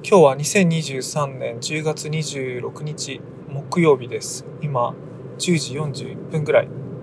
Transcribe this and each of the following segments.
今日は2023年10月26日木曜日です。今10時41分ぐらい。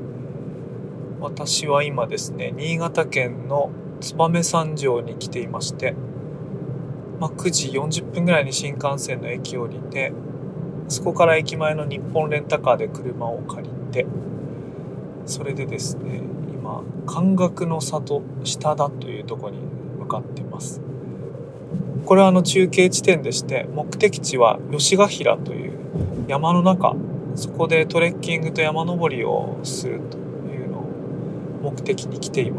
私は今ですね、新潟県の燕三条に来ていまして、9時40分ぐらいに新幹線の駅を降りて、そこから駅前の日本レンタカーで車を借りて、それでですね、今関岳の里下田というところに向かっています。これは中継地点でして、目的地は吉ヶ平という山の中、そこでトレッキングと山登りをするというのを目的に来ています。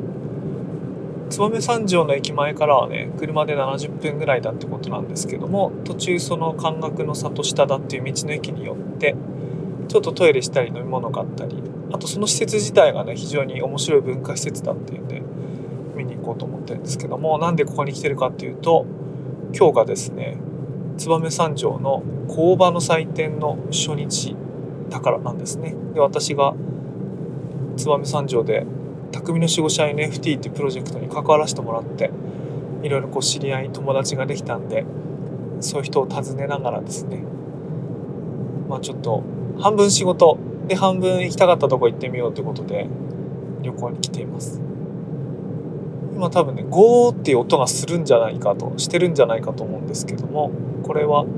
燕三条の駅前からはね、車で70分ぐらいだってことなんですけども、途中その関岳の里下田っていう道の駅に寄ってちょっとトイレしたり飲み物買ったり、あとその施設自体がね、非常に面白い文化施設だっていうんで見に行こうと思ってるんですけども、なんでここに来てるかっていうと、今日がですね、燕三条の工場の祭典の初日だからなんですね。で、私が燕三条で匠の守護者 NFT っていうプロジェクトに関わらせてもらって、いろいろ知り合い友達ができたんで、そういう人を訪ねながらですね、ちょっと半分仕事で半分行きたかったとこ行ってみようということで旅行に来ています。今多分ね、ゴーっていう音がしてるんじゃないかと思うんですけども、これは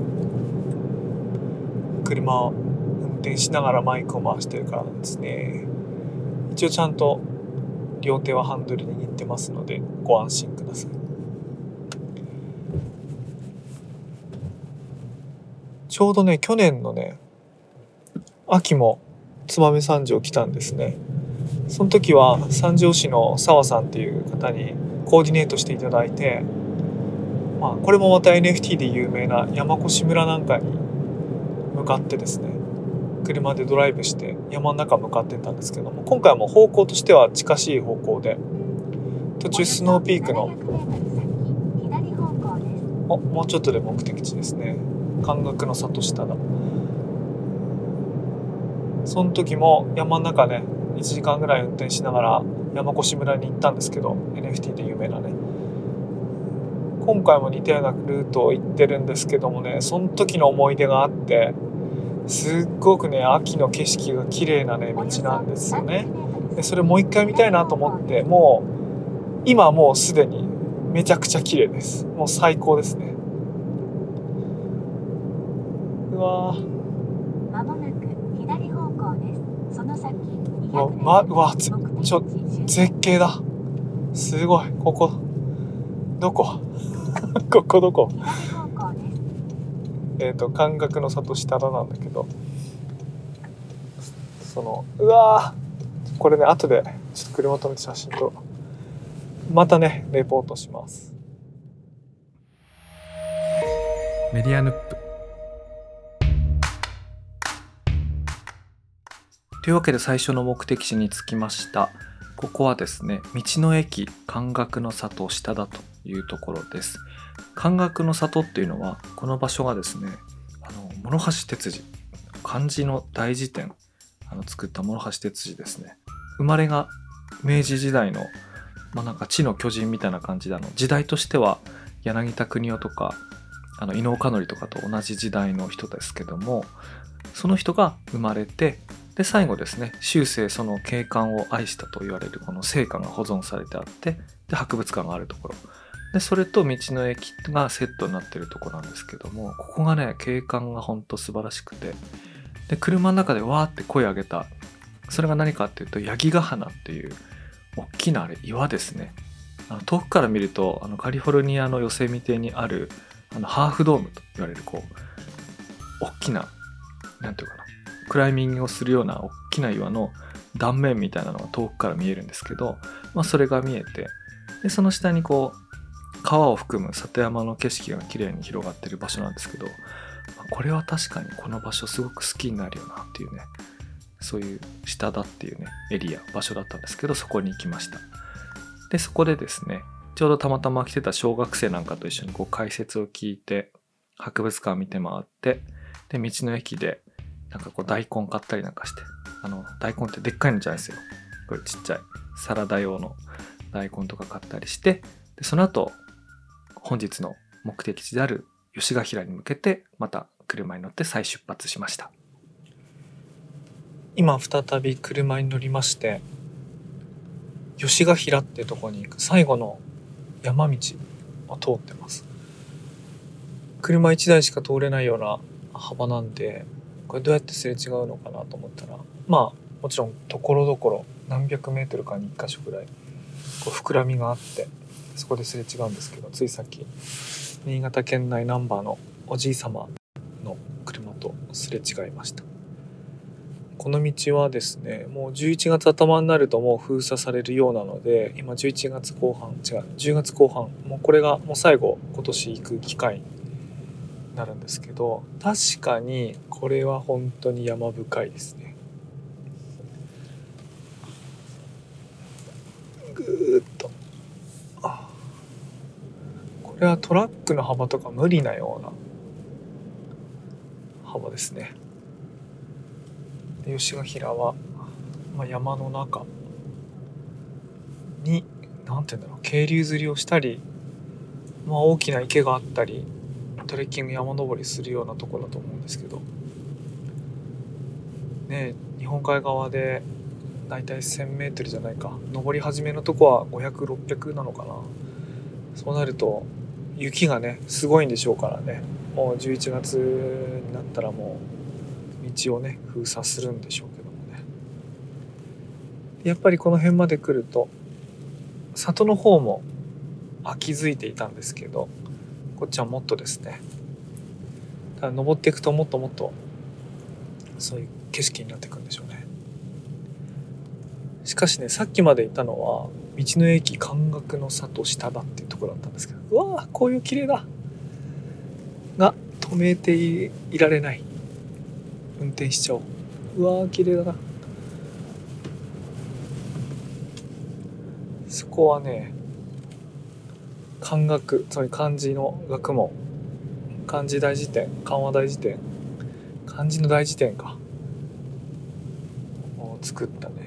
車を運転しながらマイクを回してるからなんですね。一応ちゃんと両手はハンドルに握ってますのでご安心ください。ちょうどね、去年のね秋も燕三条来たんですね。その時は三条市の澤さんっていう方にコーディネートしていただいて、これもまた NFT で有名な山越村なんかに向かってですね、車でドライブして山の中向かってったんですけども、今回はもう方向としては近しい方向で、途中スノーピークのもうちょっとで目的地ですね、関岳の里下だ。その時も山の中ね、1時間ぐらい運転しながら山越村に行ったんですけど、 NFT で有名なね、今回も似たようなルートを行ってるんですけどもね、その時の思い出があって、すっごくね、秋の景色が綺麗なね道なんですよね。でそれもう一回見たいなと思って、もう今もうすでにめちゃくちゃ綺麗です。もう最高ですね。うわー、 まもなく左方向です。その先絶景だ。すごい。ここどこここどこ関岳の里下田なんだけど、うわー、これね、後でちょっと車止めて写真撮ろう。またねレポートします。 メディアヌップというわけで、最初の目的地に着きました。ここはですね、道の駅関岳の里下田というところです。関岳の里っていうのは、この場所がですね、諸橋哲司、漢字の大辞典作った諸橋哲司ですね。生まれが明治時代の、なんか知の巨人みたいな感じで、時代としては柳田国男とか伊能嘉則とかと同じ時代の人ですけども、その人が生まれて、で最後ですね、終生その景観を愛したと言われるこの生家が保存されてあって、で博物館があるところで、それと道の駅がセットになっているところなんですけども、ここがね、景観がほんと素晴らしくて、で車の中でわーって声を上げた、それが何かっていうと、八木ヶ鼻っていう大きな岩ですね。遠くから見るとカリフォルニアのヨセミテにあるハーフドームと言われる大きな、なんていうかな、クライミングをするような大きな岩の断面みたいなのが遠くから見えるんですけど、それが見えて、でその下に川を含む里山の景色が綺麗に広がっている場所なんですけど、これは確かにこの場所すごく好きになるよなっていうね、そういう下田っていうね場所だったんですけど、そこに行きました。でそこでですね、ちょうどたまたま来てた小学生なんかと一緒に解説を聞いて、博物館見て回って、で道の駅でなんか大根買ったりなんかして、大根ってでっかいのじゃないですよ、これちっちゃいサラダ用の大根とか買ったりして、でその後本日の目的地である吉ヶ平に向けてまた車に乗って再出発しました。 今再び車に乗りまして、吉ヶ平ってとこに行く最後の山道を通ってます。車1台しか通れないような幅なんで、これどうやってすれ違うのかなと思ったら、もちろんところどころ何百メートルかに1箇所ぐらいこう膨らみがあって、そこですれ違うんですけど、ついさっき新潟県内ナンバーのおじいさまの車とすれ違いました。この道はですね、もう11月頭になるともう封鎖されるようなので、今10月後半、もうこれがもう最後、今年行く機会になるんですけど、確かにこれは本当に山深いですね。ぐーっと、これはトラックの幅とか無理なような幅ですね。で吉ヶ平は、山の中になんていうんだろう、渓流釣りをしたり、大きな池があったり、トレッキング山登りするようなところだと思うんですけどね。日本海側でだいたい 1000m じゃないか、登り始めのとこは500、600なのかな。そうなると雪がねすごいんでしょうからね、もう11月になったらもう道をね封鎖するんでしょうけどもね。やっぱりこの辺まで来ると里の方も気づいていたんですけど、こっちはもっとですね、登っていくともっともっとそういう景色になっていくんでしょうね。しかしね、さっきまでいたのは道の駅関学の里下田っていうところだったんですけど、うわーこういう綺麗だが止めて いられない。運転しちゃおう。うわー綺麗だな。そこはね、漢学、つまり漢字の学問、漢字大辞典、漢和大辞典、漢字の大辞典かを作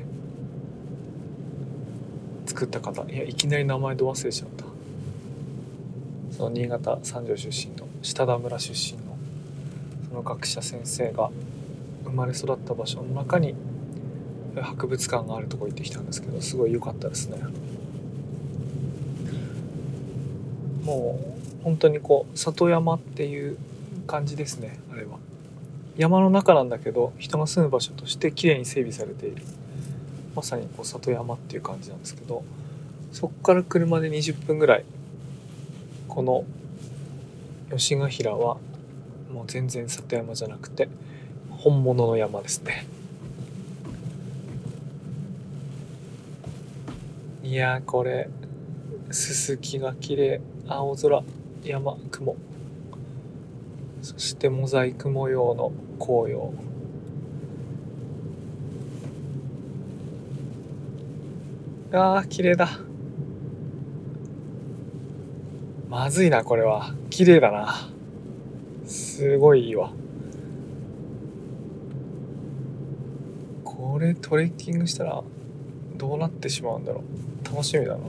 った方、いきなり名前で忘れちゃった。その新潟三条出身の下田村出身のその学者先生が生まれ育った場所の中に博物館があるとこ行ってきたんですけど、すごい良かったですね。もう本当にこう里山っていう感じですね。あれは山の中なんだけど人が住む場所としてきれいに整備されている、まさにこう里山っていう感じなんですけど、そこから車で20分ぐらい、この吉ヶ平はもう全然里山じゃなくて本物の山ですね。いやこれすすきが綺麗、青空、山、雲、そしてモザイク模様の紅葉。綺麗だ。まずいな、これは綺麗だな。すごいいいわ。これトレッキングしたらどうなってしまうんだろう。楽しみだな。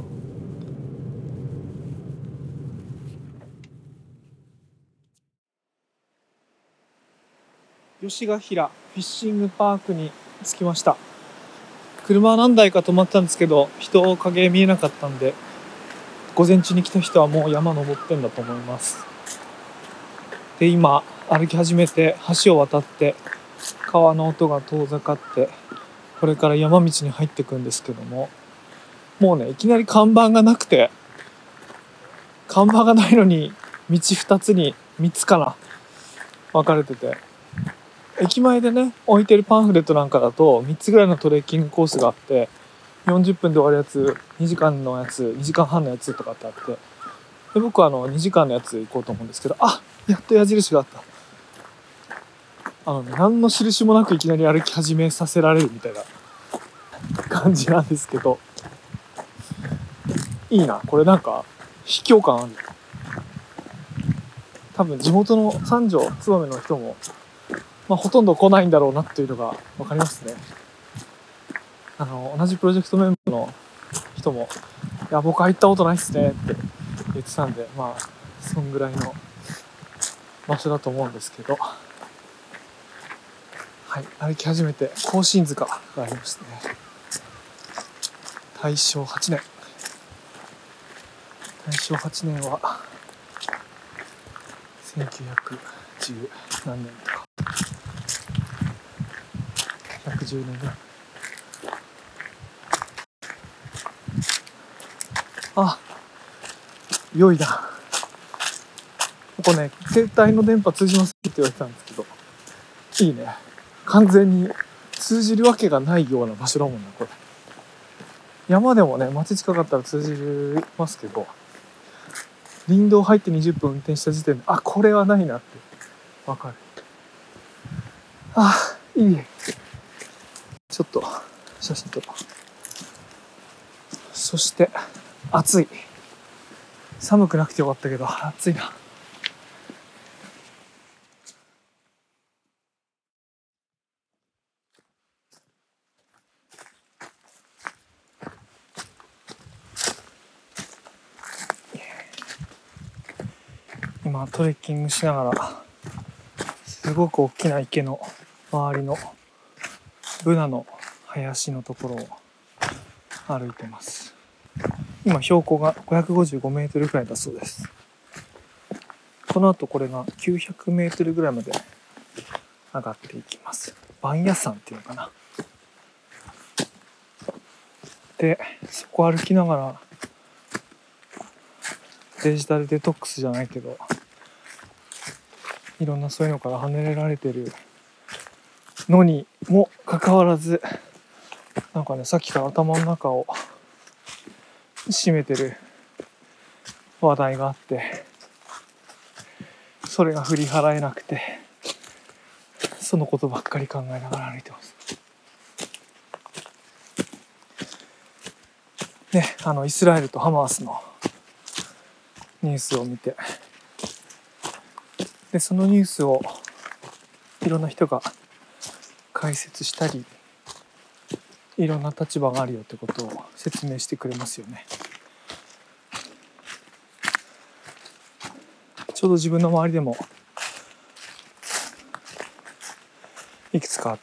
吉ヶ平フィッシングパークに着きました。車何台か止まったんですけど、人影見えなかったんで、午前中に来た人はもう山登ってんだと思います。で、今歩き始めて橋を渡って川の音が遠ざかって、これから山道に入っていくんですけども、もうねいきなり看板がなくて、看板がないのに道2つに3つかな分かれてて、駅前でね置いてるパンフレットなんかだと3つぐらいのトレッキングコースがあって、40分で終わるやつ、2時間のやつ、2時間半のやつとかってあって、で僕は2時間のやつ行こうと思うんですけど、やっと矢印があった。何の印もなくいきなり歩き始めさせられるみたいな感じなんですけど、いいな、これなんか秘境感ある。多分地元の三条燕の人もほとんど来ないんだろうなっていうのが分かりますね。同じプロジェクトメンバーの人も僕は行ったことないっすねって言ってたんで、 そんぐらいの場所だと思うんですけど、はい、歩き始めて庚申塚がありましたね。大正8年は1910何年とか110年ぐらい。あ、良いな。ここね、携帯の電波通じませんって言われてたんですけど、いいね。完全に通じるわけがないような場所だもんな、これ。山でもね、街近かったら通じますけど、林道入って20分運転した時点で、あ、これはないなってわかる。あ、いい。ちょっと写真撮ろう。そして暑い。寒くなくてよかったけど暑いな。今トレッキングしながらすごく大きな池の周りのブナの林のところを歩いてます。今標高が555メートルくらいだそうです。この後これが900メートルぐらいまで上がっていきます。番屋山っていうのかな。で、そこ歩きながらデジタルデトックスじゃないけど、いろんなそういうのから離れられてるのにもかかわらず、なんかね、さっきから頭の中を占めてる話題があって、それが振り払えなくて、そのことばっかり考えながら歩いてます。ね、イスラエルとハマースのニュースを見て、でそのニュースをいろんな人が解説したり、いろんな立場があるよってことを説明してくれますよね。ちょうど自分の周りでもいくつかあって、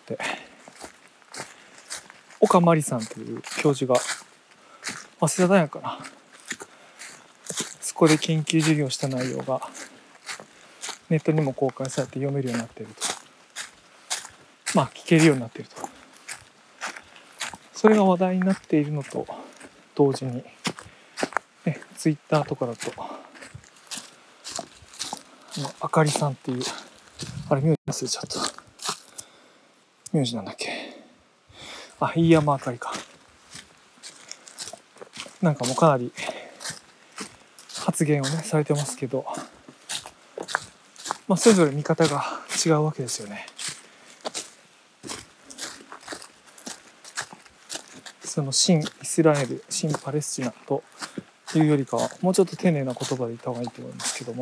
岡真理さんという教授が早稲田大学かな、そこで研究授業した内容がネットにも公開されて読めるようになっていると、まあ聞けるようになっていると、それが話題になっているのと同時に、ね、ツイッターとかだとあかりさんっていう、あれ名字忘れちゃった、名字なんだっけ、あ、飯山あかりかなんかもかなり発言をねされてますけど、まあそれぞれ見方が違うわけですよね。その新イスラエル、新パレスチナというよりかは、もうちょっと丁寧な言葉で言った方がいいと思いますけども、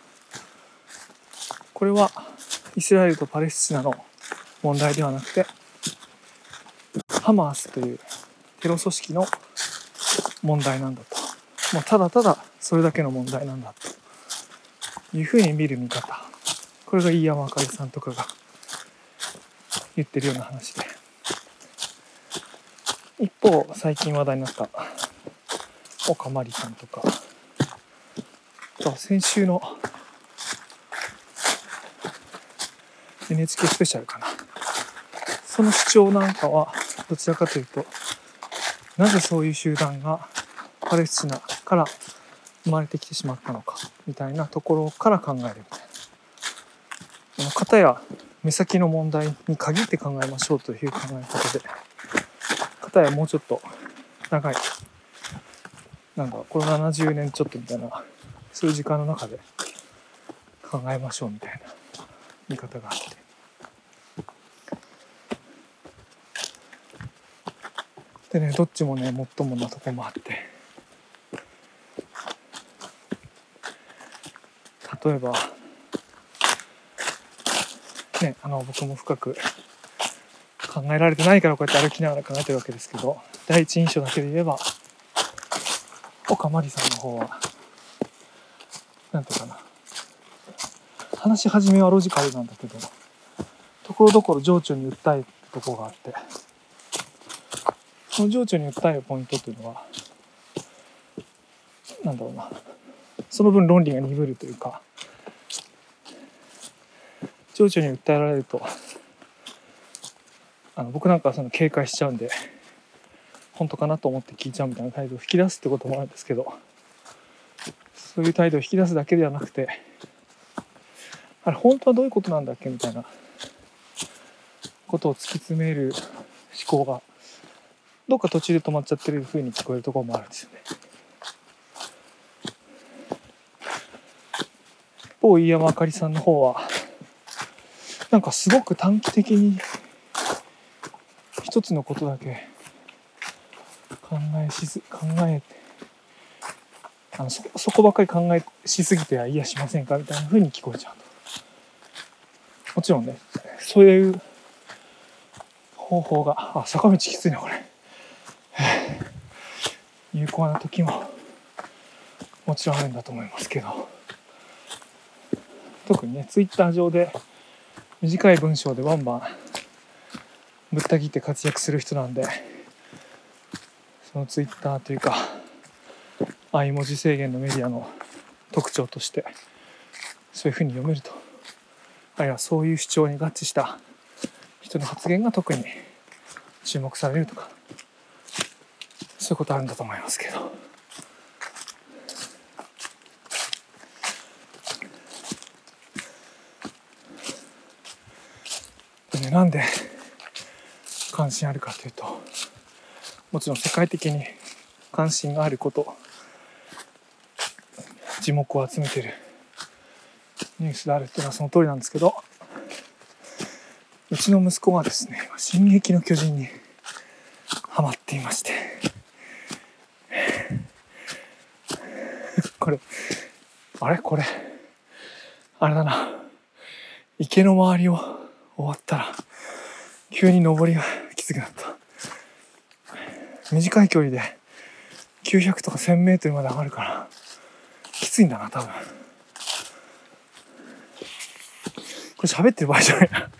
これはイスラエルとパレスチナの問題ではなくて、ハマースというテロ組織の問題なんだと、もうただただそれだけの問題なんだというふうに見る見方、これが飯山あかりさんとかが言ってるような話で、一方最近話題になった岡真理さんとか、先週の NHK スペシャルかな、その主張なんかはどちらかというと、なぜそういう集団がパレスチナから生まれてきてしまったのかみたいなところから考えるみたいな、片や目先の問題に限って考えましょうという考え方で、片やもうちょっと長い、なんだこの70年ちょっとみたいな、そういう時間の中で考えましょうみたいな見方があって、でね、どっちもねもっともなとこもあって、例えばね、僕も深く考えられてないからこうやって歩きながら考えてるわけですけど、第一印象だけで言えば岡真理さんの方はなんていうかな、話し始めはロジカルなんだけど、ところどころ情緒に訴えるところがあって、その情緒に訴えるポイントというのは、なんだろうな、その分論理が鈍るというか、情緒に訴えられると、僕なんかはその警戒しちゃうんで、本当かなと思って聞いちゃうみたいな態度を引き出すってこともあるんですけど、そういう態度を引き出すだけではなくて、あれ本当はどういうことなんだっけみたいなことを突き詰める思考がどっか途中で止まっちゃってる風に聞こえるところもあるんですよね。一方、飯山あかりさんの方はなんかすごく短期的に一つのことだけ考えて、そこばっかり考えしすぎてはいやしませんかみたいな風に聞こえちゃうと。もちろんね、そういう方法が、坂道きついなこれ、有効な時ももちろんあるんだと思いますけど、特にねツイッター上で短い文章でバンバンぶった切って活躍する人なんで、そのツイッターというか文字制限のメディアの特徴としてそういうふうに読めると、あるいはそういう主張に合致した人の発言が特に注目されるとか、そういうことあるんだと思いますけど、でなんで関心あるかというと、もちろん世界的に関心があること、耳目を集めているニュースであるっていうのはその通りなんですけど、うちの息子がですね、進撃の巨人にハマっていまして、これあれだな、池の周りを終わったら急に登りがきつくなった。短い距離で900とか1000メートルまで上がるからきついんだな多分。これ喋ってる場合じゃないな。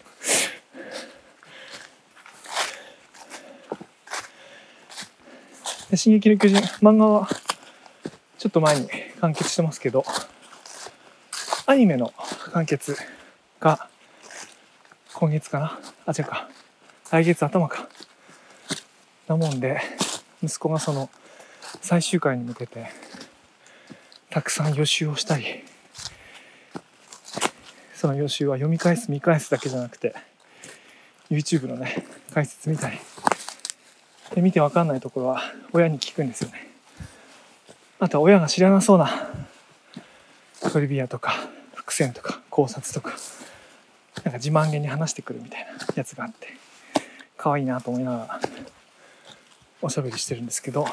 進撃の巨人漫画はちょっと前に完結してますけど、アニメの完結が今月かな、違うか、来月頭かなもんで、息子がその最終回に向けてたくさん予習をしたり、その予習は読み返す見返すだけじゃなくて YouTube のね解説見たりで、見て分かんないところは親に聞くんですよね。あとは親が知らなそうなトリビアとか伏線とか考察とか、なんか自慢げに話してくるみたいなやつがあって、可愛いなと思いながらおしゃべりしてるんですけど、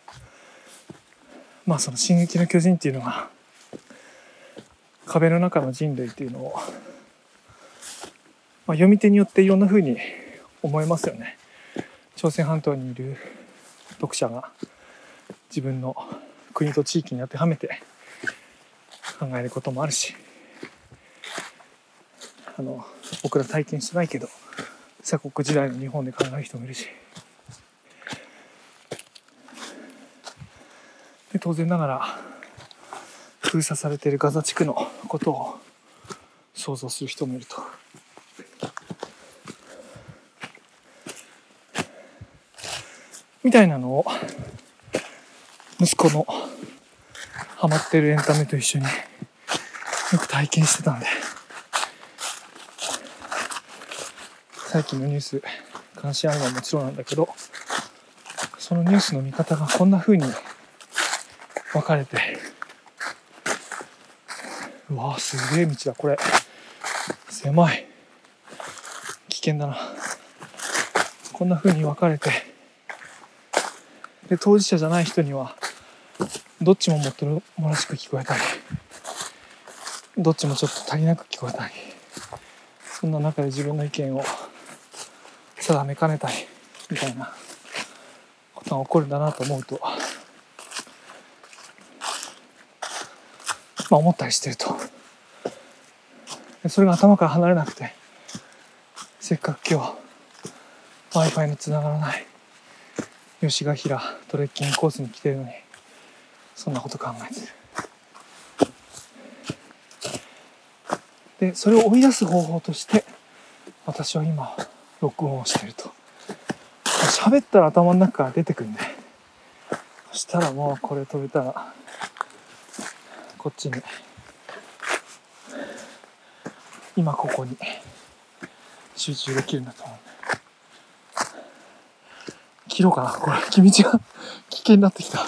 その進撃の巨人っていうのが壁の中の人類っていうのを、読み手によっていろんな風に思いますよね。朝鮮半島にいる読者が自分の国と地域に当てはめて考えることもあるし、僕ら体験してないけど鎖国時代の日本で考える人もいるし、で当然ながら封鎖されているガザ地区のことを想像する人もいると。みたいなのを息子のハマってるエンタメと一緒によく体験してたんで、最近のニュース関心あるのはもちろんなんだけど、そのニュースの見方がこんな風に分かれて、うわすげえ道だこれ、狭い、危険だな、こんな風に分かれて、で当事者じゃない人にはどっちももっともらしく聞こえたり、どっちもちょっと足りなく聞こえたり、そんな中で自分の意見を定めかねたりみたいなことが起こるんだなと思うと、 思ったりしてると。でそれが頭から離れなくて、せっかく今日 Wi-Fi のつながらない吉ヶ平トレッキングコースに来てるのに、そんなこと考えてる。でそれを追い出す方法として私は今録音をしてると。喋ったら頭の中から出てくるんで、そしたらもうこれ飛べたらこっちに、今ここに集中できるんだと思うんで、切ろうかな。これ道が危険になってきた。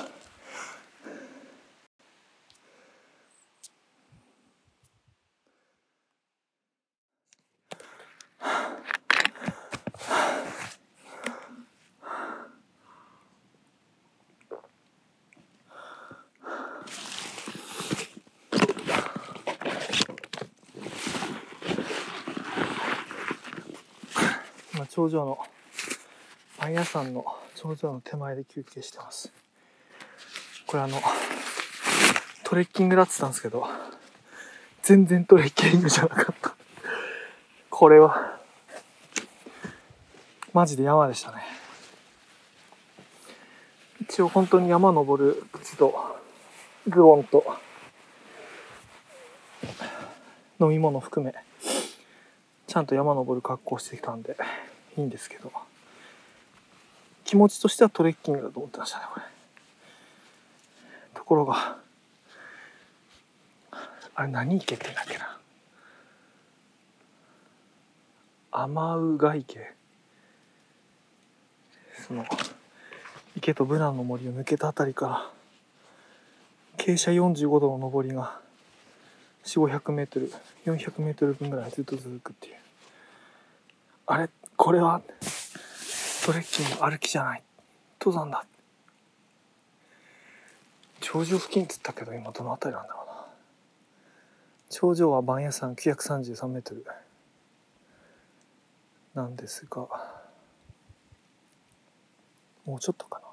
今頂上のパン屋さんの頂上の手前で休憩してます。これトレッキングだって言ったんですけど、全然トレッキングじゃなかった。これはマジで山でしたね。一応本当に山登る靴とズボンと飲み物含めちゃんと山登る格好してきたんでいいんですけど、気持ちとしてはトレッキングだと思ってましたね、これ。ところがあれ何池って言うんだっけな、天宇ヶ池、その池とブナの森を抜けたあたりから傾斜45度の上りが400-500メートル400メートル分ぐらいずっと続くっていう、あれこれはトレッキング、歩きじゃない、登山だ。頂上付近っつったけど今どの辺りなんだろうな。頂上は番屋山933メートルなんですが、もうちょっとかな。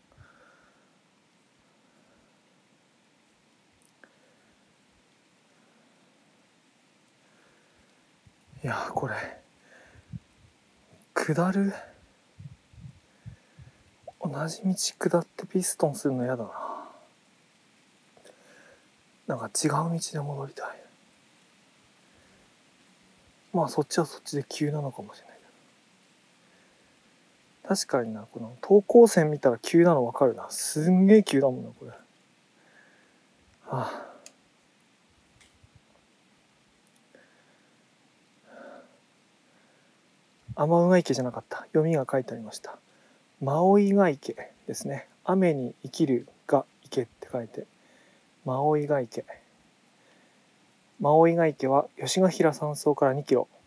いやこれ下る、同じ道下ってピストンするの嫌だな。なんか違う道で戻りたい。まあそっちはそっちで急なのかもしれないけど、確かにな、この等高線見たら急なの分かるな。すんげえ急だもんなこれ。はあ、天宇ヶ池じゃなかった、読みが書いてありました。真生ヶ池ですね。雨に生きるが池って書いて真生ヶ池。真生ヶ池は吉ヶ平山荘から2キロ、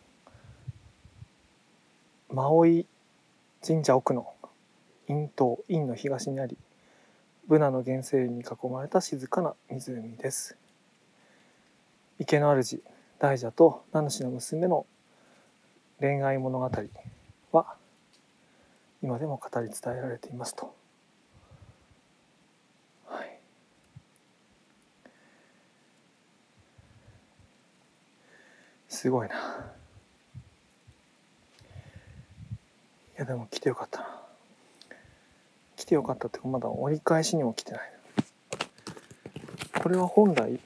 真生神社奥の院の東にあり、ブナの原生林に囲まれた静かな湖です。池の主大蛇と名主の娘の恋愛物語は今でも語り伝えられていますと。はい、すごいな。いやでも来てよかったな。来てよかったってか、まだ折り返しにも来てない。これは本来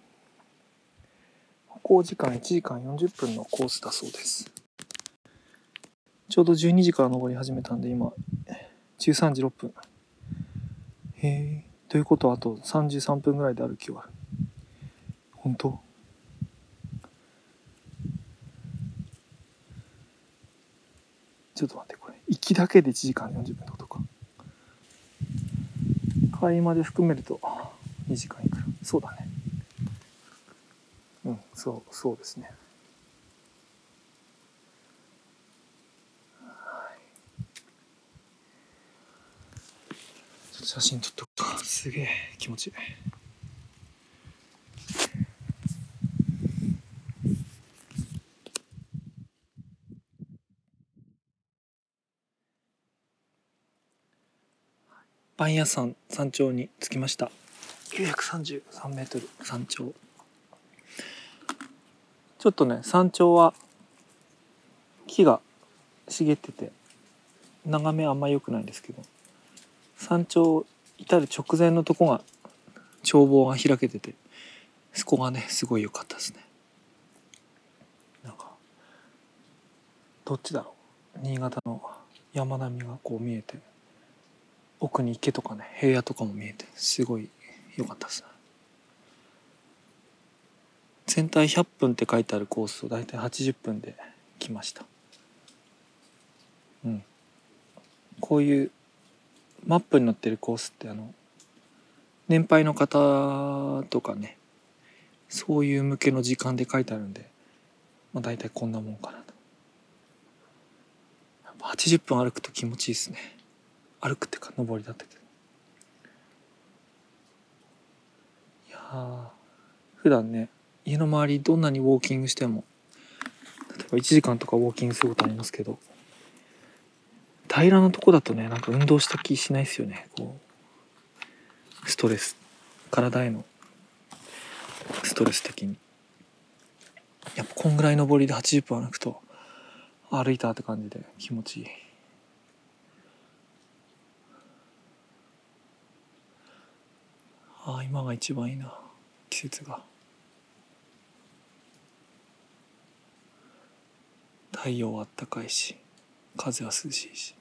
歩行時間1時間40分のコースだそうです。ちょうど12時から登り始めたんで今13時6分。へえ、ということはあと33分ぐらいで歩き終わる。本当？ちょっと待って、これ行きだけで1時間40分ってことか。帰りまで含めると2時間いくら。そうだね。うん、そうですね。ちょっと写真撮っとくか。すげえ気持ちいい。番屋山山頂に着きました。 933メートル山頂。ちょっとね山頂は木が茂ってて眺めあんま良くないんですけど、山頂至る直前のとこが眺望が開けてて、そこがねすごい良かったですね。なんかどっちだろう、新潟の山並みがこう見えて、奥に池とかね平野とかも見えて、すごい良かったですね。全体100分って書いてあるコースをだいたい80分で来ました。こういうマップに載ってるコースって年配の方とかね、そういう向けの時間で書いてあるんで、だいたいこんなもんかなと。やっぱ80分歩くと気持ちいいですね。歩くってか登りだったけど、いや普段ね家の周りどんなにウォーキングしても、例えば1時間とかウォーキングすることありますけど、平らなとこだとねなんか運動した気しないですよね。こうストレス、体へのストレス的に、やっぱこんぐらい登りで80分歩くと歩いたって感じで気持ちいい。今が一番いいな、季節が。太陽はあったかいし風は涼しいし、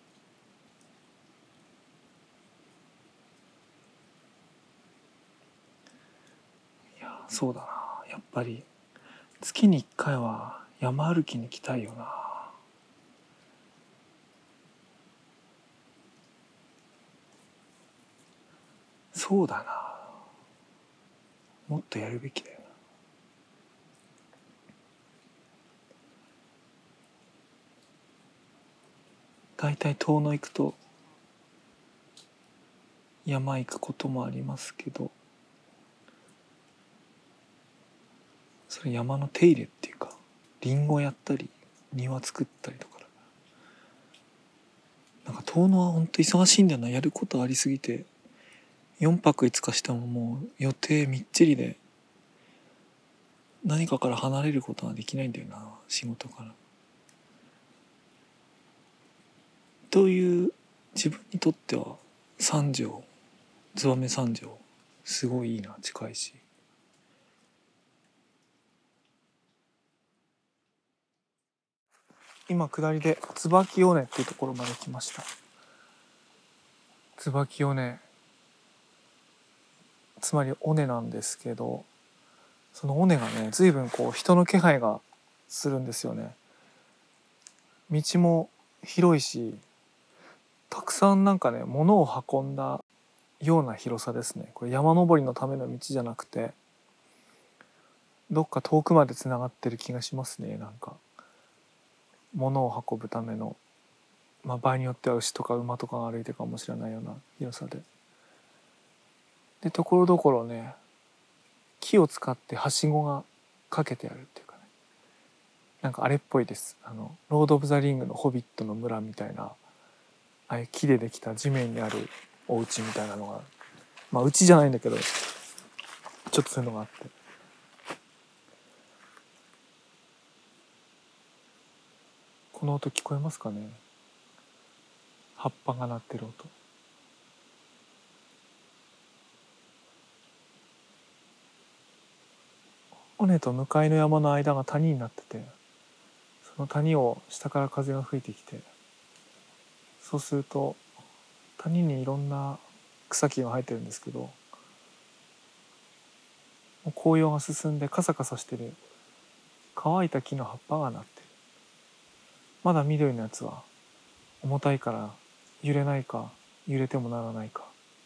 いやそうだな、やっぱり月に1回は山歩きに来たいよな。そうだな、もっとやるべきだよな。だいたい遠野行くと山行くこともありますけど、それ山の手入れっていうか、リンゴやったり庭作ったりとかだ。なんか遠野はほんと忙しいんだよな。やることありすぎて4泊5日してももう予定みっちりで、何かから離れることができないんだよな、仕事から。という自分にとっては三条、燕三条すごいいいな、近いし。今下りで椿尾根っていうところまで来ました。椿尾根、つまり尾根なんですけど、その尾根がね随分こう人の気配がするんですよね。道も広いし、たくさんなんかね物を運んだような広さですね。これ山登りのための道じゃなくて、どっか遠くまでつながってる気がしますね。なんか物を運ぶための、場合によっては牛とか馬とかが歩いてるかもしれないような広さで、ところどころね木を使ってはしごがかけてあるっていうかね、なんかあれっぽいです。ロード・オブ・ザ・リングのホビットの村みたいな、ああいう木でできた地面にあるお家みたいなのが、家じゃないんだけどちょっとそういうのがあって、この音聞こえますかね。葉っぱが鳴ってる音。尾根と向かいの山の間が谷になってて、その谷を下から風が吹いてきて、そうすると谷にいろんな草木が生えてるんですけど、紅葉が進んでカサカサしてる乾いた木の葉っぱがなってる。まだ緑のやつは重たいから揺れないか、揺れてもならないか、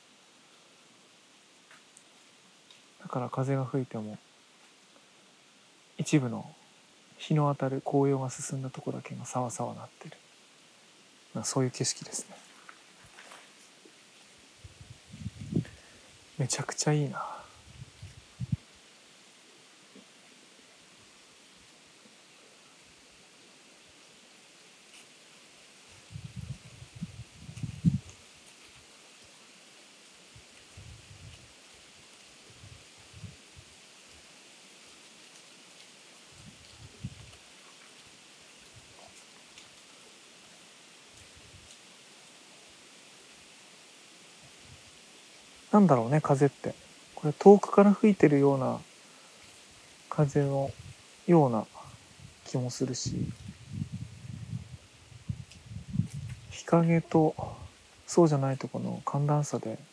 だから風が吹いても一部の日の当たる紅葉が進んだとこだけがさわさわなってる、そういう景色ですね。めちゃくちゃいいな。 なんだろうね、風ってこれ遠くから吹いてるような風のような気もするし、日陰とそうじゃないとこの寒暖差で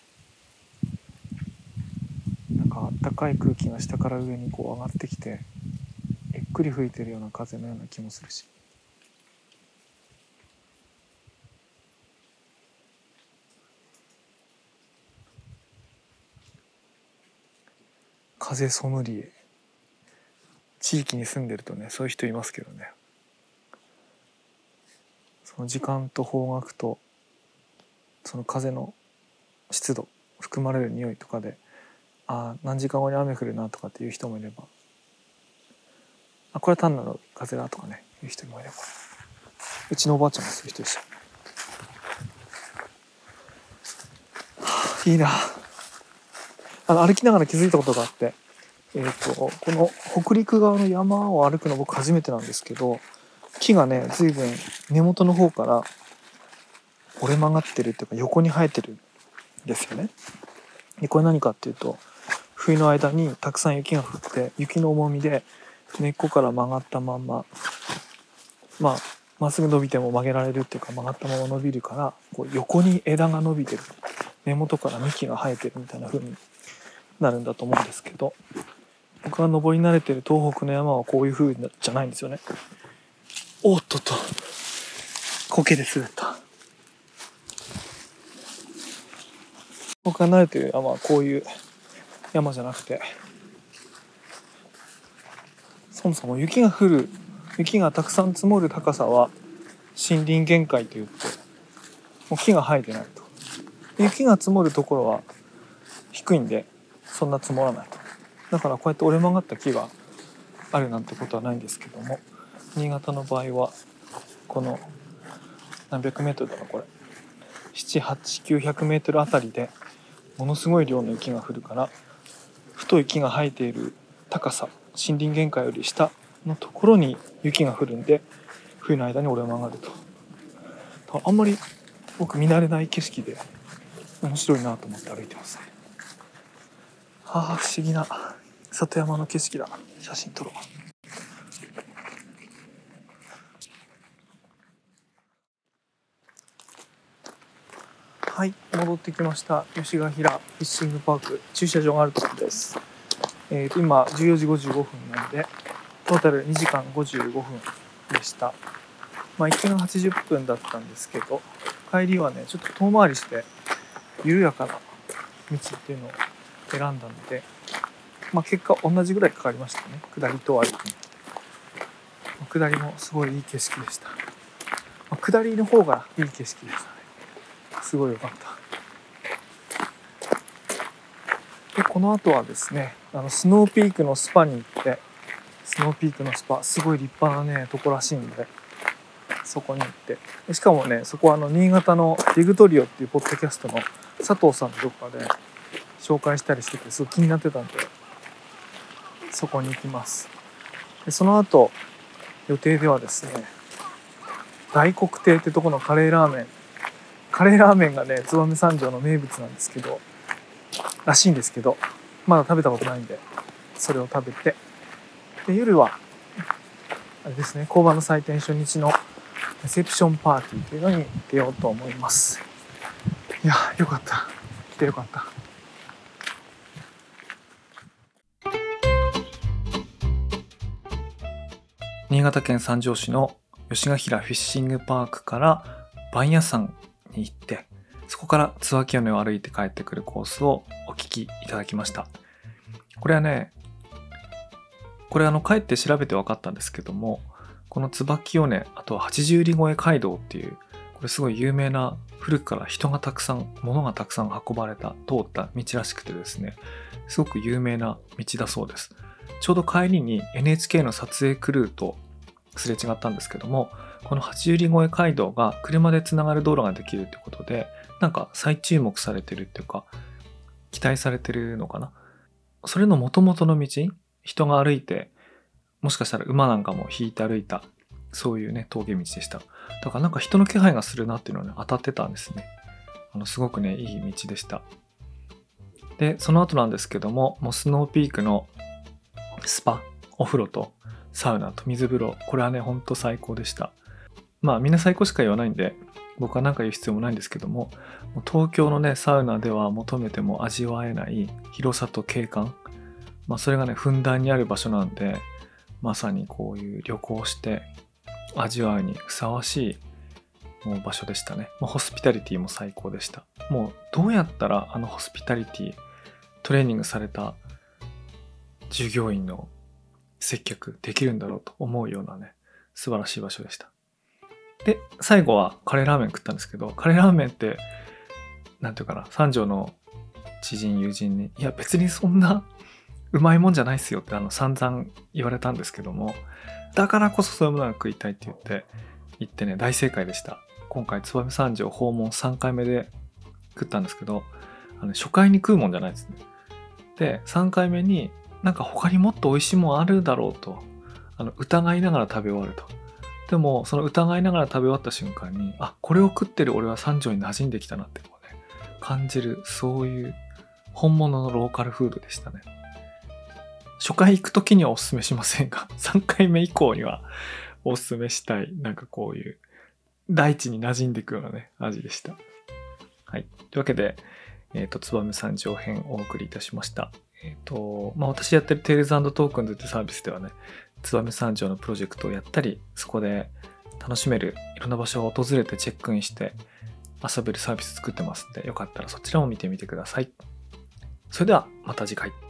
なんか暖かい空気が下から上にこう上がってきてゆっくり吹いてるような風のような気もするし、風ソムリエ、地域に住んでるとねそういう人いますけどね、その時間と方角とその風の湿度含まれる匂いとかで、あ何時間後に雨降るなとかっていう人もいれば、あこれは単なる風だとかねいう人もいれば、うちのおばあちゃんもそういう人でした。いいな。歩きながら気づいたことがあって、この北陸側の山を歩くの僕初めてなんですけど、木がね随分根元の方から折れ曲がってるっていうか横に生えてるんですよね。でこれ何かっていうと、冬の間にたくさん雪が降って雪の重みで根っこから曲がったまんま、まっすぐ伸びても曲げられるっていうか曲がったまま伸びるから、こう横に枝が伸びてる、根元から幹が生えてるみたいな風になるんだと思うんですけど、僕が登り慣れてる東北の山はこういう風じゃないんですよね。おっとっと苔で滑った。僕が慣れてる山はこういう山じゃなくて、そもそも雪がたくさん積もる高さは森林限界といって、もう木が生えてないと。雪が積もるところは低いんでそんな積もらないと。だからこうやって折れ曲がった木があるなんてことはないんですけども、新潟の場合はこの何百メートルだろう、これ7、8、900メートルあたりでものすごい量の雪が降るから、太い木が生えている高さ、森林限界より下のところに雪が降るんで冬の間に折れ曲がると。あんまり僕見慣れない景色で面白いなと思って歩いてますね。不思議な里山の景色だ。写真撮ろう。はい、戻ってきました。吉ヶ平フィッシングパーク、駐車場があるところです。今14時55分なんでトータル2時間55分でした。行きが80分だったんですけど、帰りはねちょっと遠回りして緩やかな道っていうのを選んだので、結果同じぐらいかかりましたね、下りと歩き。下りもすごいいい景色でした。下りの方がいい景色でしたね。すごい良かった。でこの後はですね、スノーピークのスパに行って、スノーピークのスパすごい立派なねとこらしいんで、そこに行って、しかもねそこは新潟のディグトリオっていうポッドキャストの佐藤さんのどこかで紹介したりしてて、すごい気になってたんでそこに行きます。でその後予定ではですね、大黒亭ってとこのカレーラーメンがね燕三条の名物なんですけど、らしいんですけど、まだ食べたことないんでそれを食べて、で夜はあれですね、工場の祭典初日のレセプションパーティーというのに出ようと思います。いやよかった、来てよかった。 新潟県三条市の吉ヶ平フィッシングパークから番屋山に行って、そこから椿尾根を歩いて帰ってくるコースをお聞きいただきました。これはね、帰って調べて分かったんですけども、この椿尾根、あとは八十里越街道っていう、これすごい有名な、古くから人がたくさん、物がたくさん運ばれた、通った道らしくてですね、すごく有名な道だそうです。ちょうど帰りに NHK の撮影クルーとすれ違ったんですけども、この八十里越街道が車でつながる道路ができるってことで、なんか再注目されてるっていうか、期待されてるのかな。それの元々の道、人が歩いて、もしかしたら馬なんかも引いて歩いた、そういうね峠道でした。だからなんか人の気配がするなっていうのをね当たってたんですね。すごくねいい道でした。 でその後なんですけども、もうスノーピークのスパ、お風呂とサウナと水風呂、これはねほんと最高でした。まあみんな最高しか言わないんで僕は何か言う必要もないんですけども、もう東京のねサウナでは求めても味わえない広さと景観、それがねふんだんにある場所なんで、まさにこういう旅行して味わうにふさわしいもう場所でしたね。ホスピタリティも最高でした。もうどうやったらあのホスピタリティトレーニングされた従業員の接客できるんだろうと思うようなね素晴らしい場所でした。で最後はカレーラーメン食ったんですけど、カレーラーメンってなんていうかな、三条の知人友人にいや別にそんなうまいもんじゃないっすよって散々言われたんですけども、だからこそそういうものが食いたいって言ってね大正解でした。今回燕三条訪問3回目で食ったんですけど、初回に食うもんじゃないですね。で3回目になんか他にもっと美味しいもんあるだろうと疑いながら食べ終わると。でもその疑いながら食べ終わった瞬間にこれを食ってる俺は三条に馴染んできたなってこうね感じる、そういう本物のローカルフードでしたね。初回行く時にはおすすめしませんが3回目以降にはおすすめしたい、なんかこういう大地に馴染んでいくようなね味でした。はい、というわけで燕三条編をお送りいたしました。私やってるテールズ&トークンズってサービスではね燕三条のプロジェクトをやったり、そこで楽しめるいろんな場所を訪れてチェックインして遊べるサービス作ってますので、よかったらそちらも見てみてください。それではまた次回。